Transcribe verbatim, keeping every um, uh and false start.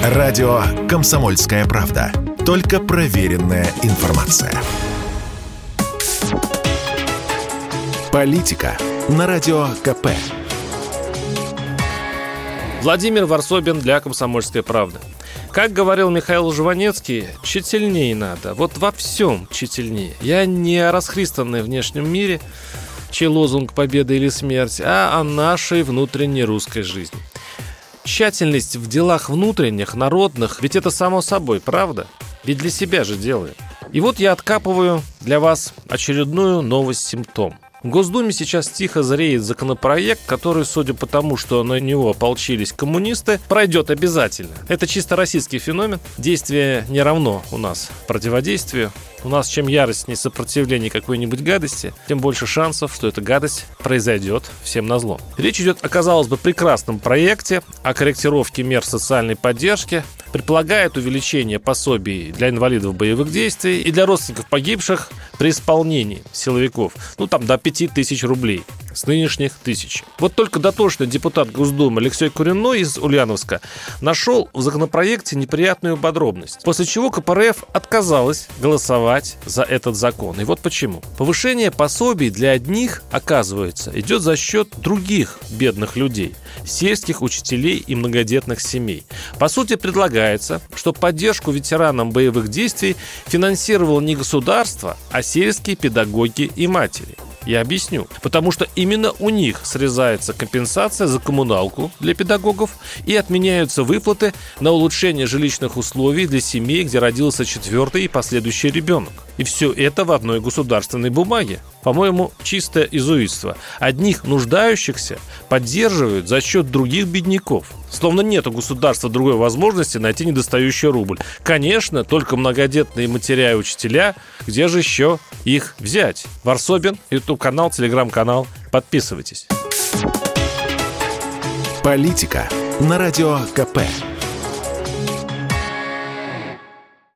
Радио «Комсомольская правда». Только проверенная информация. Политика на Радио КП. Владимир Варсобин для «Комсомольской правды». Как говорил Михаил Жванецкий, тщательнее надо. Вот во всем тщательнее. Я не о расхристанной внешнем мире, чей лозунг «Победа или смерть», а о нашей внутренней русской жизни. Тщательность в делах внутренних, народных, ведь это само собой, правда? Ведь для себя же делаем. И вот я откапываю для вас очередную новость-симптом. В Госдуме сейчас тихо зреет законопроект, который, судя по тому, что на него ополчились коммунисты, пройдет обязательно. Это чисто российский феномен. Действие не равно у нас противодействию. У нас чем яростнее сопротивление какой-нибудь гадости, тем больше шансов, что эта гадость произойдет всем назло. Речь идет о, казалось бы, прекрасном проекте о корректировке мер социальной поддержки. Предполагает увеличение пособий для инвалидов боевых действий и для родственников погибших при исполнении силовиков. Ну, там до пяти тысяч рублей. С нынешних тысяч. Вот только дотошный депутат Госдумы Алексей Куриной из Ульяновска нашел в законопроекте неприятную подробность, после чего КПРФ отказалась голосовать за этот закон. И вот почему. Повышение пособий для одних, оказывается, идет за счет других бедных людей, сельских учителей и многодетных семей. По сути, предлагается, что поддержку ветеранам боевых действий финансировало не государство, а сельские педагоги и матери. Я объясню. Потому что именно у них срезается компенсация за коммуналку для педагогов и отменяются выплаты на улучшение жилищных условий для семей, где родился четвертый и последующий ребенок. И все это в одной государственной бумаге. По-моему, чистое изуитство. Одних нуждающихся поддерживают за счет других бедняков. Словно нет у государства другой возможности найти недостающий рубль. Конечно, только многодетные матеря и учителя. Где же еще их взять? Варсобин, ютуб-канал, телеграм-канал. Подписывайтесь. Политика на Радио КП.